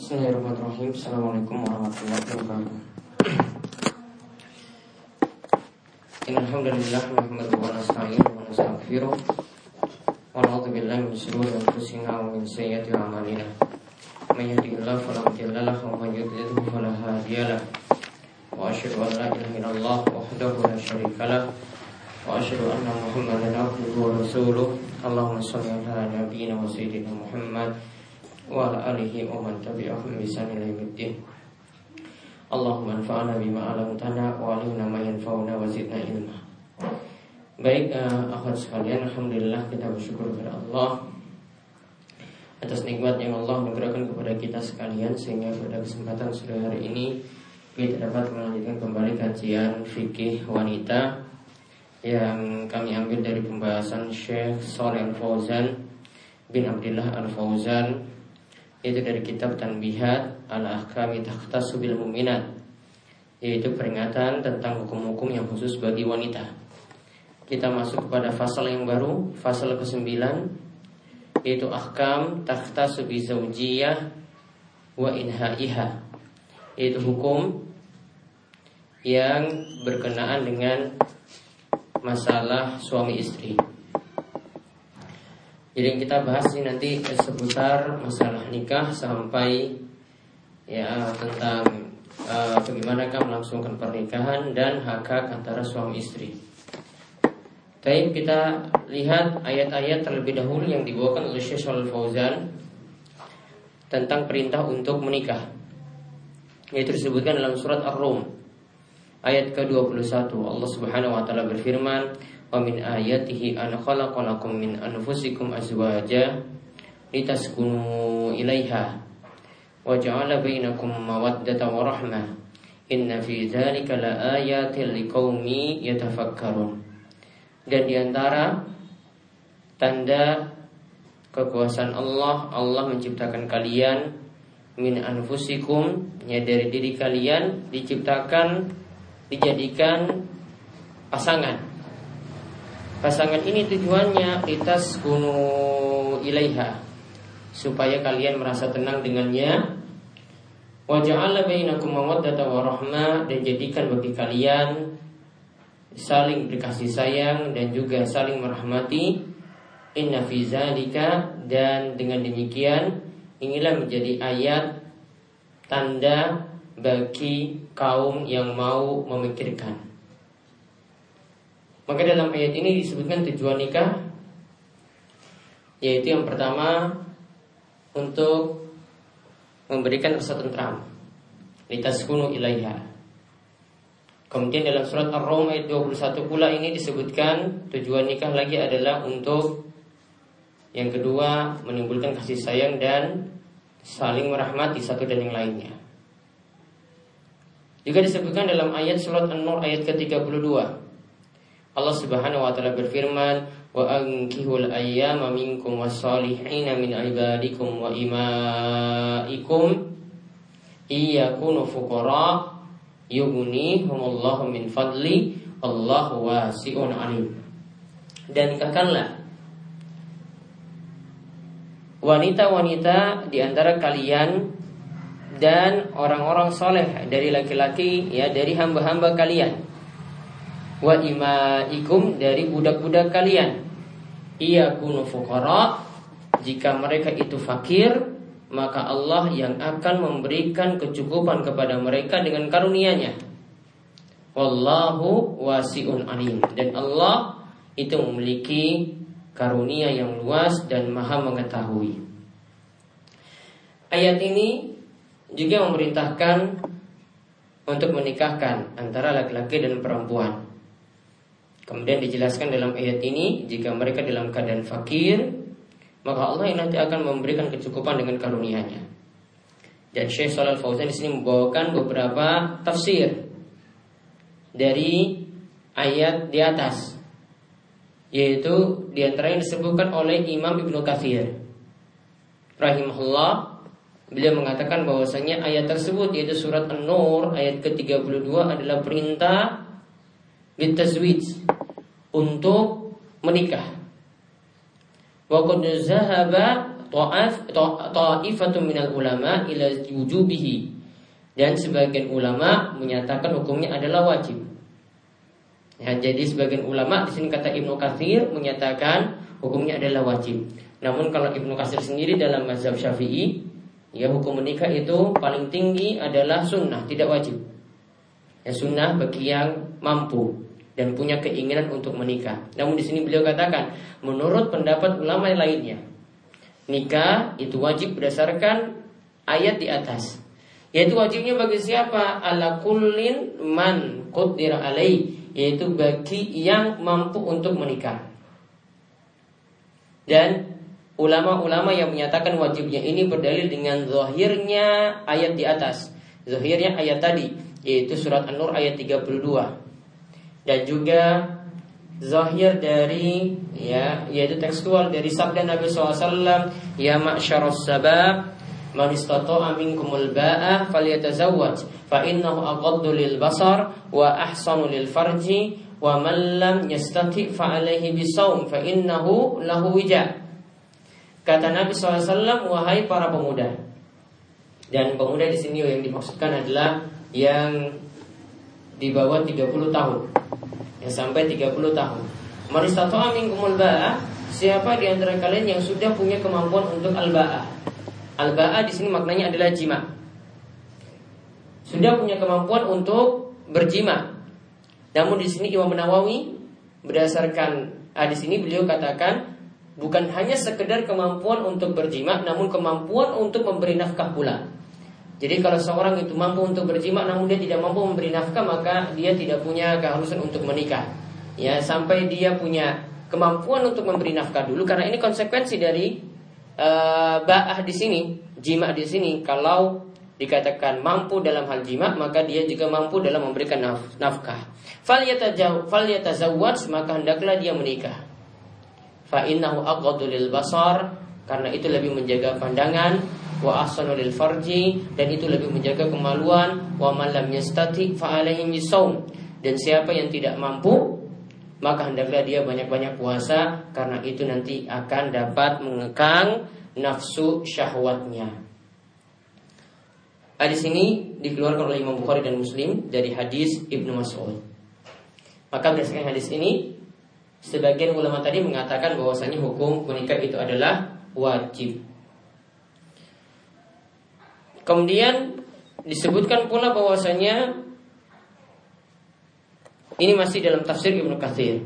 Bismillahirrahmanirrahim. Assalamualaikum warahmatullahi wabarakatuh. Alhamdulillah nahmaduhu wa nasta'inuhu wa nastaghfiruh wa na'udzu billahi min shururi anfusina wa min sayyiati a'malina. May yahdihillahu fala mudilla lahu wa may yudlil fala hadiya lahu. Wa asyhadu an la ilaha illallah wahdahu la syarika lahu wa asyhadu anna Muhammadan abduhu wa rasuluh. Allahumma shalli ala nabiyyina wa sayyidina Muhammad wa ala alihi wa man tabi'ahum bi ihsan ila yaumiddin. Allahumma anfa'na bima 'allamtana wa 'allimna ma yanfa'una wa zidna ilma. Baik, akhwat sekalian, alhamdulillah kita bersyukur kepada Allah atas nikmat yang Allah anugerahkan kepada kita sekalian, sehingga pada kesempatan sore hari ini kita dapat melanjutkan kembali kajian fikih wanita yang kami ambil dari pembahasan Syekh Shalih Al-Fauzan bin Abdullah Al-Fauzan, yaitu dari kitab Tanbihat Al-Ahkami Takhtassu bil Mu'minat, yaitu peringatan tentang hukum-hukum yang khusus bagi wanita. Kita masuk kepada fasal yang baru, fasal ke-9, yaitu Ahkam Takhtassu bi Zawjiyah wa Inhaiha, yaitu hukum yang berkenaan dengan masalah suami istri. Jadi yang kita bahas ini nanti seputar masalah nikah sampai tentang bagaimanakah melangsungkan pernikahan dan hak-hak antara suami istri. Tapi kita lihat ayat-ayat terlebih dahulu yang dibawakan oleh Syekh Shalih Al-Fauzan tentang perintah untuk menikah, yaitu disebutkan dalam surat Ar-Rum ayat ke-21. Allah Subhanahu wa taala berfirman, wa min ayatihi an khalaqalakum min anfusikum azwaja litaskunu ilaiha wa ja'ala bainakum mawaddatan wa rahmah inna fi dzalika laayatil liqaumi yatafakkarun. Dan diantara tanda kekuasaan Allah, Allah menciptakan kalian min anfusikum, ya dari diri kalian diciptakan, dijadikan pasangan. Pasangan ini tujuannya litaskunu ilaiha, supaya kalian merasa tenang dengannya. Wa ja'ala bainakum mawaddatan wa rahmah, dan jadikan bagi kalian saling berkasih sayang dan juga saling merahmati. Inna fi zalika, dan dengan demikian inilah menjadi ayat tanda bagi kaum yang mau memikirkan. Maka dalam ayat ini disebutkan tujuan nikah, yaitu yang pertama untuk memberikan rasa tentram, litaskunu ilaiha. Kemudian dalam surat Ar-Rum ayat 21 pula ini disebutkan tujuan nikah lagi adalah untuk yang kedua menimbulkan kasih sayang dan saling merahmati satu dan yang lainnya. Juga disebutkan dalam ayat surat An-Nur ayat ke-32, Allah Subhanahu wa taala berfirman, wa ankihul ayyama minkum wassalihina min ibadikum wa imaikum iyakunu fuqara yughnihumullahu min fadli Allahu wasi'un alim. Dan nikahkanlah wanita-wanita di antara kalian dan orang-orang soleh dari laki-laki, ya dari hamba-hamba kalian, wa imaikum, dari budak-budak kalian, iyakunu fuqara, jika mereka itu fakir, maka Allah yang akan memberikan kecukupan kepada mereka dengan karunia-Nya. Wallahu wasi'un alim, dan Allah itu memiliki karunia yang luas dan maha mengetahui. Ayat ini juga memerintahkan untuk menikahkan antara laki-laki dan perempuan. Kemudian dijelaskan dalam ayat ini, jika mereka dalam keadaan fakir, maka Allah yang nanti akan memberikan kecukupan dengan karunia-Nya. Dan Syekh Shalih Al-Fauzan di sini membawakan beberapa tafsir dari ayat di atas, yaitu diantara yang disebutkan oleh Imam Ibnu Katsir rahimahullah. Beliau mengatakan bahwasanya ayat tersebut, yaitu surat An-Nur ayat ke-32, adalah perintah bitazwij, untuk menikah. Wa qad zahaba ta'ifatun minal ulama ila wujubihi. Dan sebagian ulama menyatakan hukumnya adalah wajib. Ya, jadi sebagian ulama di sini kata Ibnu Katsir menyatakan hukumnya adalah wajib. Namun kalau Ibnu Katsir sendiri dalam mazhab Syafi'i, ya hukum menikah itu paling tinggi adalah sunnah, tidak wajib. Ya sunnah bagi yang mampu dan punya keinginan untuk menikah. Namun di sini beliau katakan, menurut pendapat ulama yang lainnya, nikah itu wajib berdasarkan ayat di atas. Yaitu wajibnya bagi siapa? Ala kullin man qudira alai, yaitu bagi yang mampu untuk menikah. Dan ulama-ulama yang menyatakan wajibnya ini berdalil dengan zahirnya ayat di atas. Zahirnya ayat tadi, yaitu surat An-Nur ayat 32. Dan juga zahir dari yaitu tekstual dari sabda Nabi SAW, ya ma'syarus sabab man istata'a minkumul ba'a falyatazawwaj fa innahu aghaddu lil basar wa ahsanu lil farji wa man lam yastati' fa alaihi bisawm fa innahu lahu wija. Kata Nabi SAW, wahai para pemuda. Dan pemuda di sini yang dimaksudkan adalah yang di bawah 30 tahun. Yang sampai 30 tahun. Man istata'a minkumul ba'a, siapa di antara kalian yang sudah punya kemampuan untuk al-ba'a. Al-ba'a di sini maknanya adalah jima. Sudah punya kemampuan untuk berjima. Namun di sini Imam Nawawi berdasarkan hadis ini beliau katakan bukan hanya sekedar kemampuan untuk berjima, namun kemampuan untuk memberi nafkah pula. Jadi kalau seorang itu mampu untuk berjima namun dia tidak mampu memberi nafkah, maka dia tidak punya keharusan untuk menikah. Ya, sampai dia punya kemampuan untuk memberi nafkah dulu, karena ini konsekuensi dari ba'ah di sini, jima di sini. Kalau dikatakan mampu dalam hal jima, maka dia juga mampu dalam memberikan nafkah. Falyatazawwaj, maka hendaklah dia menikah. Fa innahu aghaddu lil basar, karena itu lebih menjaga pandangan, wa ahsanu lil farji, dan itu lebih menjaga kemaluan, wa man lam yastati fa alaihi bisawm, dan siapa yang tidak mampu maka hendaklah dia banyak-banyak puasa, karena itu nanti akan dapat mengekang nafsu syahwatnya. Hadis ini dikeluarkan oleh Imam Bukhari dan Muslim dari hadis Ibnu Mas'ud. Maka berdasarkan hadis ini, sebagian ulama tadi mengatakan bahwasanya hukum menikah itu adalah wajib. Kemudian disebutkan pula bahwasanya ini masih dalam tafsir Ibnu Katsir,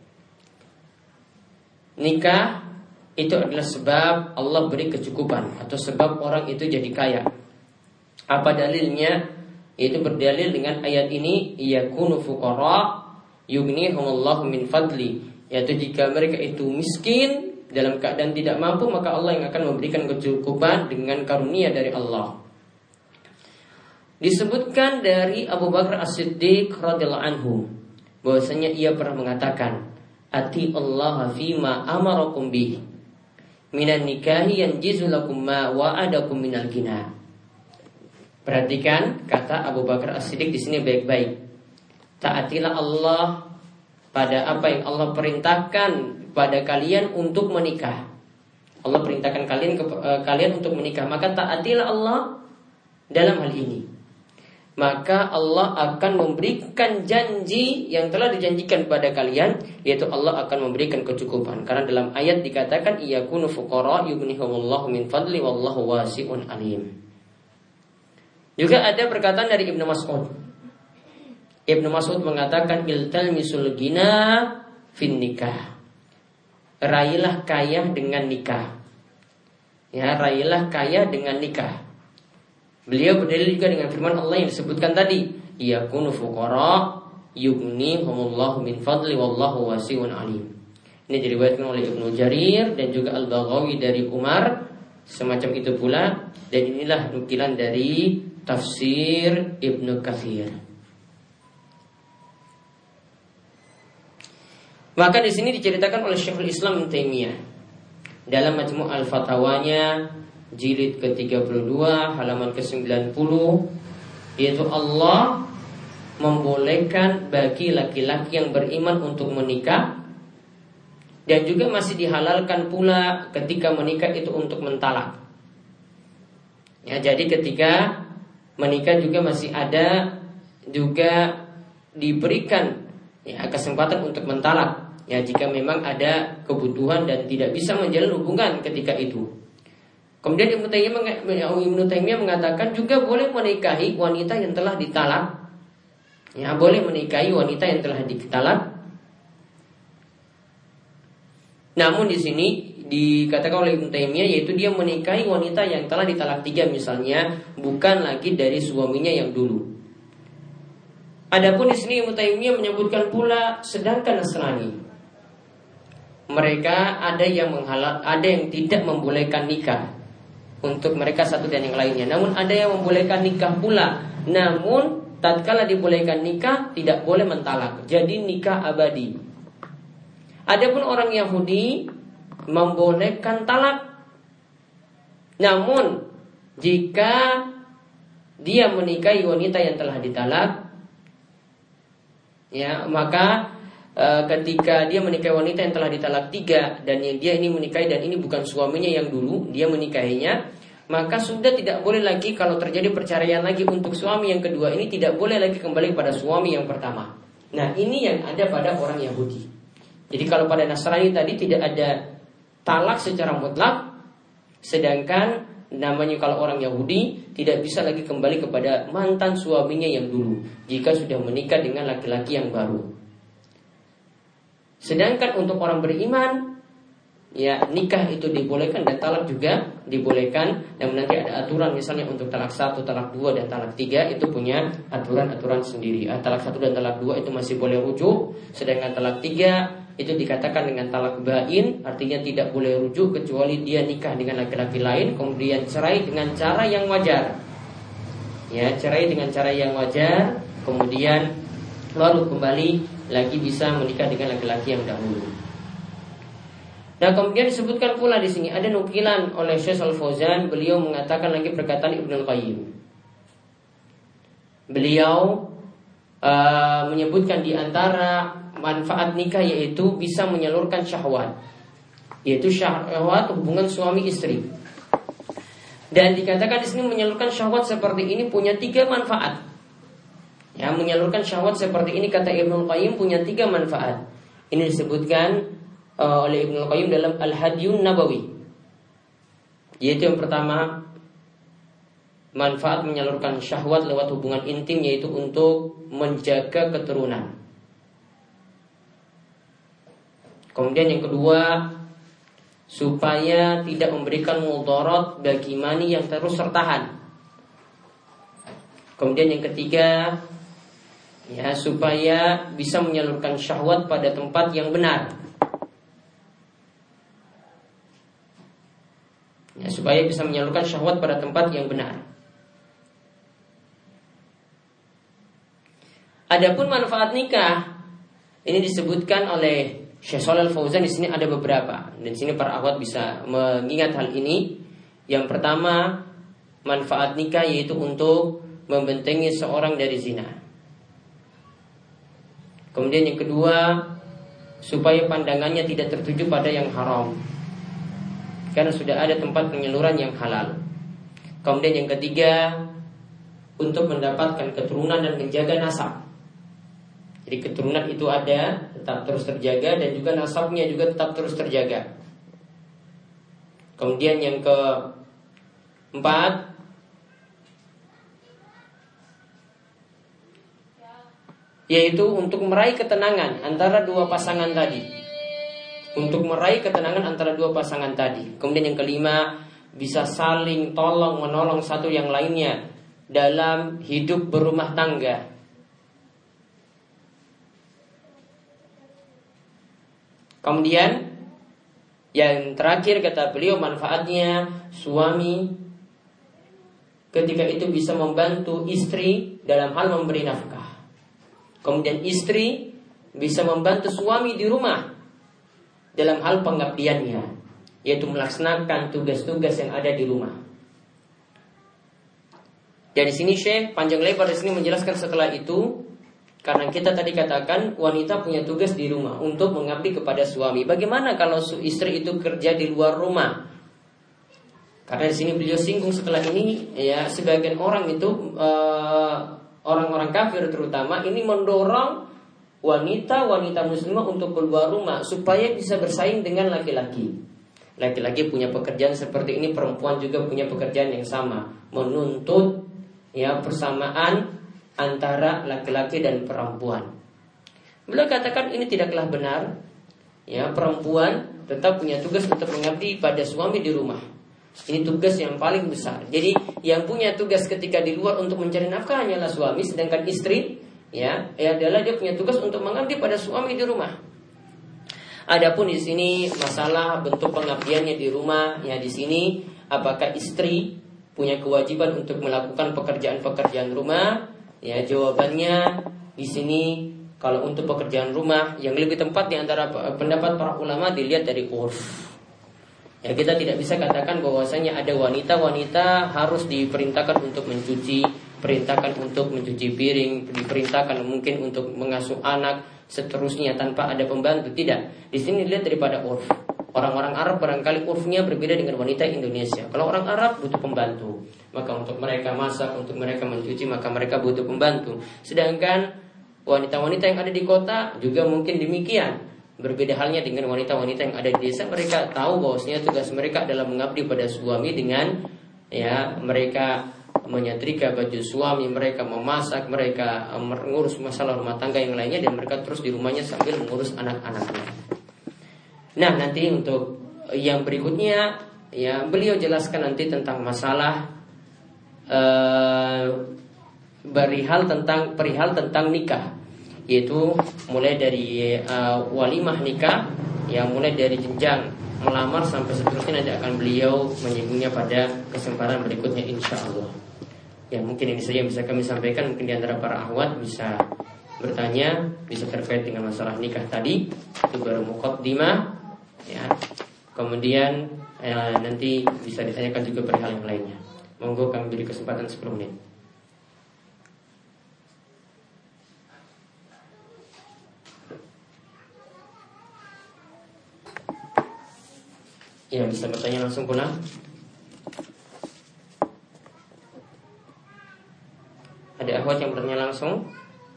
nikah itu adalah sebab Allah beri kecukupan atau sebab orang itu jadi kaya. Apa dalilnya? Itu berdalil dengan ayat ini, yakunu fuqara yughnihumullahu min fadli, yaitu jika mereka itu miskin dalam keadaan tidak mampu, maka Allah yang akan memberikan kecukupan dengan karunia dari Allah. Disebutkan dari Abu Bakar As-Siddiq radhiyallahu anhu bahwasanya ia pernah mengatakan, ati Allah fima amarakum bih minan nikahi yanjizu lakum ma wa'adakum minal ghina. Perhatikan kata Abu Bakar As-Siddiq di sini baik-baik. Taatilah Allah pada apa yang Allah perintahkan pada kalian untuk menikah. Allah perintahkan kalian untuk menikah, maka taatilah Allah dalam hal ini. Maka Allah akan memberikan janji yang telah dijanjikan pada kalian, yaitu Allah akan memberikan kecukupan. Karena dalam ayat dikatakan iyakunu fuqara yughnihumullahu min fadli wallahu wasi'un alim. Juga ada perkataan dari Ibnu Mas'ud. Ibnu Mas'ud mengatakan iltalmisul ghina fin nikah. Raihlah kaya dengan nikah. Ya, raihlah kaya dengan nikah. Beliau berdalil juga dengan firman Allah yang disebutkan tadi, yakunu fuqara yughnihumullahu min fadli wallahu wasi'un alim. Ini diriwayatkan oleh Ibnu Jarir dan juga Al-Baghawi dari Umar, semacam itu pula, dan inilah nukilan dari tafsir Ibnu Katsir. Maka di sini diceritakan oleh Syekhul Islam Ibnu Taimiyah dalam Majmu' Al-Fatawanya jilid ke-32 halaman ke-90, yaitu Allah membolehkan bagi laki-laki yang beriman untuk menikah Dan juga masih dihalalkan pula ketika menikah itu untuk mentalak. Ya, jadi ketika menikah juga masih ada juga diberikan ya kesempatan untuk mentalak. Ya, jika memang ada kebutuhan dan tidak bisa menjalin hubungan ketika itu. Kemudian Ibnu Taimiyah mengatakan juga boleh menikahi wanita yang telah ditalak. Ya, boleh menikahi wanita yang telah ditalak. Namun di sini dikatakan oleh Ibnu Taimiyah yaitu dia menikahi wanita yang telah ditalak 3 misalnya, bukan lagi dari suaminya yang dulu. Adapun di sini Ibnu Taimiyah menyebutkan pula sedangkan Nasrani, mereka ada yang ada yang tidak membolehkan nikah untuk mereka satu dan yang lainnya. Namun ada yang membolehkan nikah pula. Namun tatkala dibolehkan nikah tidak boleh mentalak. Jadi nikah abadi. Adapun orang Yahudi membolehkan talak. Namun jika dia menikahi wanita yang telah ditalak, ya maka ketika dia menikahi wanita yang telah ditalak 3 dan dia ini menikahi dan ini bukan suaminya yang dulu, dia menikahinya, maka sudah tidak boleh lagi kalau terjadi perceraian lagi untuk suami yang kedua ini tidak boleh lagi kembali pada suami yang pertama. Nah, ini yang ada pada orang Yahudi. Jadi kalau pada Nasrani tadi tidak ada talak secara mutlak, sedangkan namanya kalau orang Yahudi tidak bisa lagi kembali kepada mantan suaminya yang dulu jika sudah menikah dengan laki-laki yang baru. Sedangkan untuk orang beriman, ya nikah itu dibolehkan dan talak juga dibolehkan. Dan nanti ada aturan misalnya untuk talak 1, talak 2 dan talak 3 itu punya aturan-aturan sendiri. Talak 1 dan talak 2 itu masih boleh rujuk, sedangkan talak 3 itu dikatakan dengan talak bain, artinya tidak boleh rujuk kecuali dia nikah dengan laki-laki lain, kemudian cerai dengan cara yang wajar. Ya, cerai dengan cara yang wajar, kemudian lalu kembali lagi bisa menikah dengan laki-laki yang dahulu. Nah, kemudian disebutkan pula di sini ada nukilan oleh Syekh Al-Fauzan, beliau mengatakan lagi perkataan Ibnu Al-Qayyim. Beliau menyebutkan di antara manfaat nikah yaitu bisa menyalurkan syahwat, yaitu syahwat hubungan suami istri. Dan dikatakan di sini menyalurkan syahwat seperti ini punya 3 manfaat. Ya, menyalurkan syahwat seperti ini kata Ibnu Qayyim punya 3 manfaat. Ini disebutkan oleh Ibnu Qayyim dalam Al-Hadiyun Nabawi. Yaitu yang pertama, manfaat menyalurkan syahwat lewat hubungan intim yaitu untuk menjaga keturunan. Kemudian yang kedua, supaya tidak memberikan mudarat bagi mani yang terus tertahan. Kemudian yang ketiga, ya supaya bisa menyalurkan syahwat pada tempat yang benar. Ya, supaya bisa menyalurkan syahwat pada tempat yang benar. Adapun manfaat nikah ini disebutkan oleh Syekh Shalal Fauzan di sini ada beberapa. Dan di sini para akhwat bisa mengingat hal ini. Yang pertama, manfaat nikah yaitu untuk membentengi seorang dari zina. Kemudian yang kedua, supaya pandangannya tidak tertuju pada yang haram, karena sudah ada tempat penyaluran yang halal. Kemudian yang ketiga, untuk mendapatkan keturunan dan menjaga nasab. Jadi keturunan itu ada, tetap terus terjaga, dan juga nasabnya juga tetap terus terjaga. Kemudian yang keempat, yaitu untuk meraih ketenangan antara 2 pasangan tadi. Untuk meraih ketenangan antara 2 pasangan tadi. Kemudian yang kelima, bisa saling tolong menolong satu yang lainnya dalam hidup berumah tangga. Kemudian yang terakhir kata beliau, manfaatnya suami ketika itu bisa membantu istri dalam hal memberi nafkah. Kemudian istri bisa membantu suami di rumah dalam hal pengabdiannya, yaitu melaksanakan tugas-tugas yang ada di rumah. Dan di sini Syekh panjang lebar di sini menjelaskan setelah itu Karena kita tadi katakan wanita punya tugas di rumah untuk mengabdi kepada suami. Bagaimana kalau istri itu kerja di luar rumah? Karena di sini beliau singgung setelah ini, ya sebagian orang itu orang-orang kafir terutama ini mendorong wanita muslimah untuk keluar rumah supaya bisa bersaing dengan laki-laki. Laki-laki punya pekerjaan seperti ini, perempuan juga punya pekerjaan yang sama, menuntut ya persamaan antara laki-laki dan perempuan. Beliau katakan ini tidaklah benar. Ya, perempuan tetap punya tugas untuk mengabdi pada suami di rumah. Ini tugas yang paling besar. Jadi yang punya tugas ketika di luar untuk mencari nafkah hanyalah suami, sedangkan istri ya adalah dia punya tugas untuk mengabdi pada suami di rumah. Adapun di sini masalah bentuk pengabdiannya di rumah, ya di sini apakah istri punya kewajiban untuk melakukan pekerjaan-pekerjaan rumah? Ya, jawabannya di sini kalau untuk pekerjaan rumah yang lebih tepat di antara pendapat para ulama dilihat dari urf. Ya, kita tidak bisa katakan bahwasanya ada wanita harus diperintahkan untuk mencuci, perintahkan untuk mencuci piring, diperintahkan mungkin untuk mengasuh anak, seterusnya tanpa ada pembantu. Tidak. Di sini dilihat daripada urf. Orang-orang Arab barangkali urfnya berbeda dengan wanita Indonesia. Kalau orang Arab butuh pembantu, maka untuk mereka masak, untuk mereka mencuci, maka mereka butuh pembantu. Sedangkan wanita-wanita yang ada di kota juga mungkin demikian. Berbeda halnya dengan wanita-wanita yang ada di desa. Mereka tahu bahwasanya tugas mereka adalah mengabdi pada suami dengan ya mereka menyetrika baju suami, mereka memasak, mereka mengurus masalah rumah tangga yang lainnya, dan mereka terus di rumahnya sambil mengurus anak-anaknya. Nah, nanti untuk yang berikutnya ya beliau jelaskan nanti tentang masalah perihal tentang nikah, yaitu mulai dari walimah nikah, ya mulai dari jenjang melamar sampai seterusnya nanti akan beliau menyinggungnya pada kesempatan berikutnya insya Allah. Ya mungkin ini saja yang bisa kami sampaikan. Mungkin di antara para akhwat bisa bertanya, bisa terkait dengan masalah nikah tadi. Itu baru muqaddimah. Ya, kemudian nanti bisa ditanyakan juga perihal yang lainnya. Monggo kami beri kesempatan 10 menit. Ya, bisa bertanya langsung pulang. Ada akhwat yang bertanya langsung?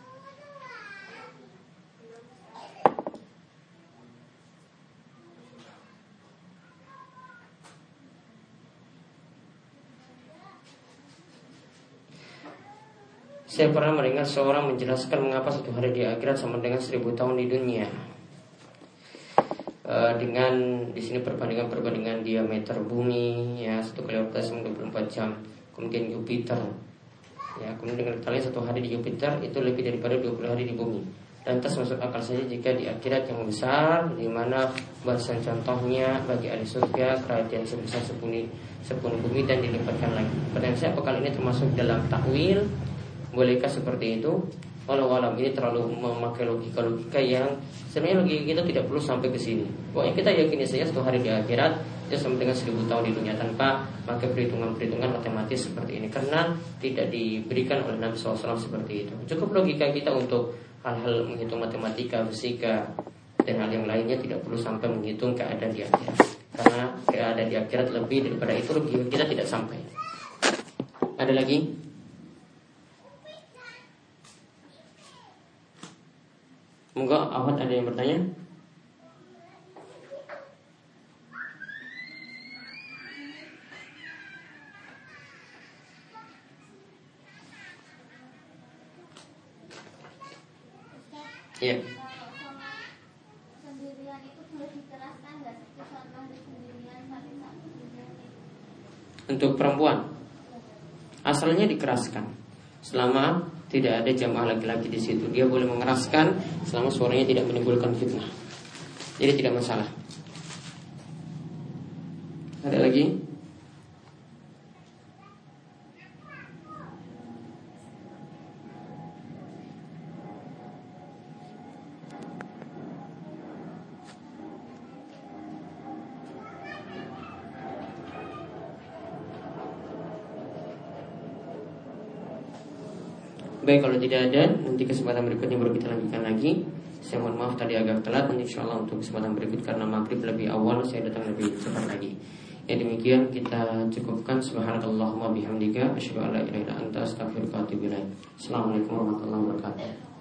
Saya pernah mendengar seorang menjelaskan mengapa satu hari di akhirat sama dengan 1000 tahun di dunia. Dengan di sini perbandingan diameter bumi ya 1 kali rotasi 24 jam. Kemudian Jupiter. Ya, kemudian dengan kali satu hari di Jupiter itu lebih daripada 20 hari di bumi. Lantas masuk akal saja jika di akhirat yang besar, di mana bahasan contohnya bagi ahli surga kerajaan sebesar sepuluh bumi dan dilipatkan lagi. Pertanyaan saya, apakah ini termasuk dalam takwil? Bolehkah seperti itu? Walau ini terlalu memakai logika yang sebenarnya logika kita tidak perlu sampai ke sini. Pokoknya kita yakini saja satu hari di akhirat itu sama dengan 1000 tahun di dunia tanpa pakai perhitungan matematis seperti ini, karena tidak diberikan oleh Nabi SAW seperti itu. Cukup logika kita untuk hal-hal menghitung matematika, fisika dan hal yang lainnya, tidak perlu sampai menghitung keadaan di akhirat, karena keadaan di akhirat lebih daripada itu logika kita tidak sampai. Ada lagi? Moga awat ada yang bertanya. Iya. Sendirian itu boleh dikeraskan nggak? Contoh sendirian pada saat sendirian. Untuk perempuan, asalnya dikeraskan selama tidak ada jamaah laki-laki di situ. Dia boleh mengeraskan selama suaranya tidak menimbulkan fitnah. Jadi tidak masalah. Ada lagi? Baik, kalau tidak ada, nanti kesempatan berikutnya baru kita lanjutkan lagi. Saya mohon maaf tadi agak telat. Nanti insya Allah untuk kesempatan berikut karena maghrib lebih awal, saya datang lebih cepat lagi. Ya demikian kita cukupkan. Subhanakallahumma bihamdika asyhadu an la ilaha illa anta astaghfiruka wa atubu ilaik. Assalamualaikum warahmatullahi wabarakatuh.